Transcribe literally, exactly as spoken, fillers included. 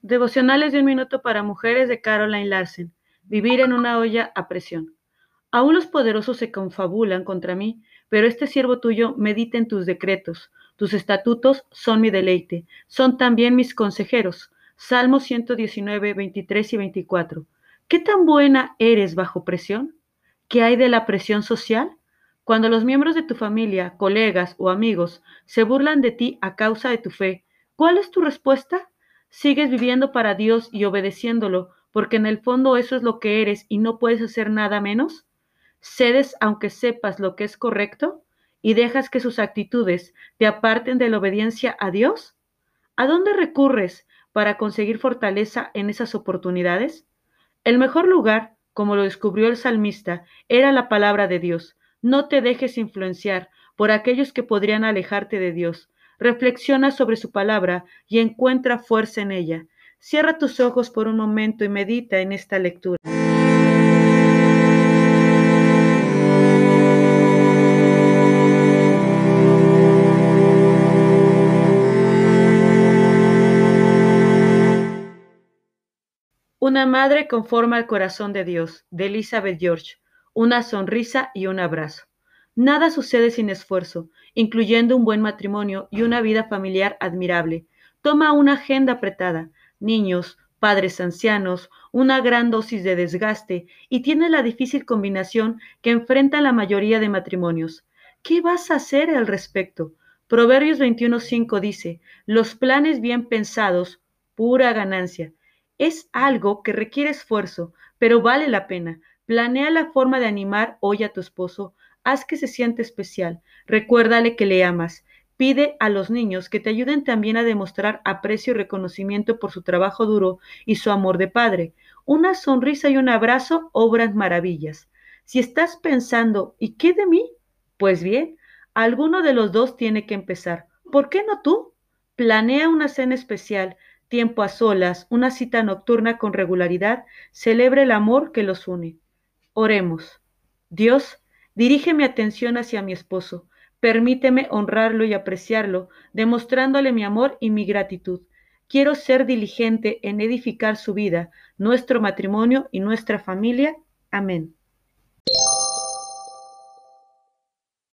Devocionales de un minuto para mujeres de Caroline Larsen. Vivir en una olla a presión. Aún los poderosos se confabulan contra mí, pero este siervo tuyo medita en tus decretos. Tus estatutos son mi deleite, son también mis consejeros. Salmo ciento diecinueve, veintitrés y veinticuatro. ¿Qué tan buena eres bajo presión? ¿Qué hay de la presión social? Cuando los miembros de tu familia, colegas o amigos se burlan de ti a causa de tu fe, ¿cuál es tu respuesta? ¿Sigues viviendo para Dios y obedeciéndolo porque en el fondo eso es lo que eres y no puedes hacer nada menos? ¿Cedes aunque sepas lo que es correcto y dejas que sus actitudes te aparten de la obediencia a Dios? ¿A dónde recurres para conseguir fortaleza en esas oportunidades? El mejor lugar, como lo descubrió el salmista, era la palabra de Dios. No te dejes influenciar por aquellos que podrían alejarte de Dios. Reflexiona sobre su palabra y encuentra fuerza en ella. Cierra tus ojos por un momento y medita en esta lectura. Una madre conforma al corazón de Dios, de Elizabeth George. Una sonrisa y un abrazo. Nada sucede sin esfuerzo, incluyendo un buen matrimonio y una vida familiar admirable. Toma una agenda apretada, niños, padres ancianos, una gran dosis de desgaste y tiene la difícil combinación que enfrentan la mayoría de matrimonios. ¿Qué vas a hacer al respecto? Proverbios veintiuno cinco dice, los planes bien pensados, pura ganancia. Es algo que requiere esfuerzo, pero vale la pena. Planea la forma de animar hoy a tu esposo. Haz que se sienta especial. Recuérdale que le amas. Pide a los niños que te ayuden también a demostrar aprecio y reconocimiento por su trabajo duro y su amor de padre. Una sonrisa y un abrazo obran maravillas. Si estás pensando, ¿y qué de mí? Pues bien, alguno de los dos tiene que empezar. ¿Por qué no tú? Planea una cena especial, tiempo a solas, una cita nocturna con regularidad, celebra el amor que los une. Oremos. Dios, dirige mi atención hacia mi esposo. Permíteme honrarlo y apreciarlo, demostrándole mi amor y mi gratitud. Quiero ser diligente en edificar su vida, nuestro matrimonio y nuestra familia. Amén.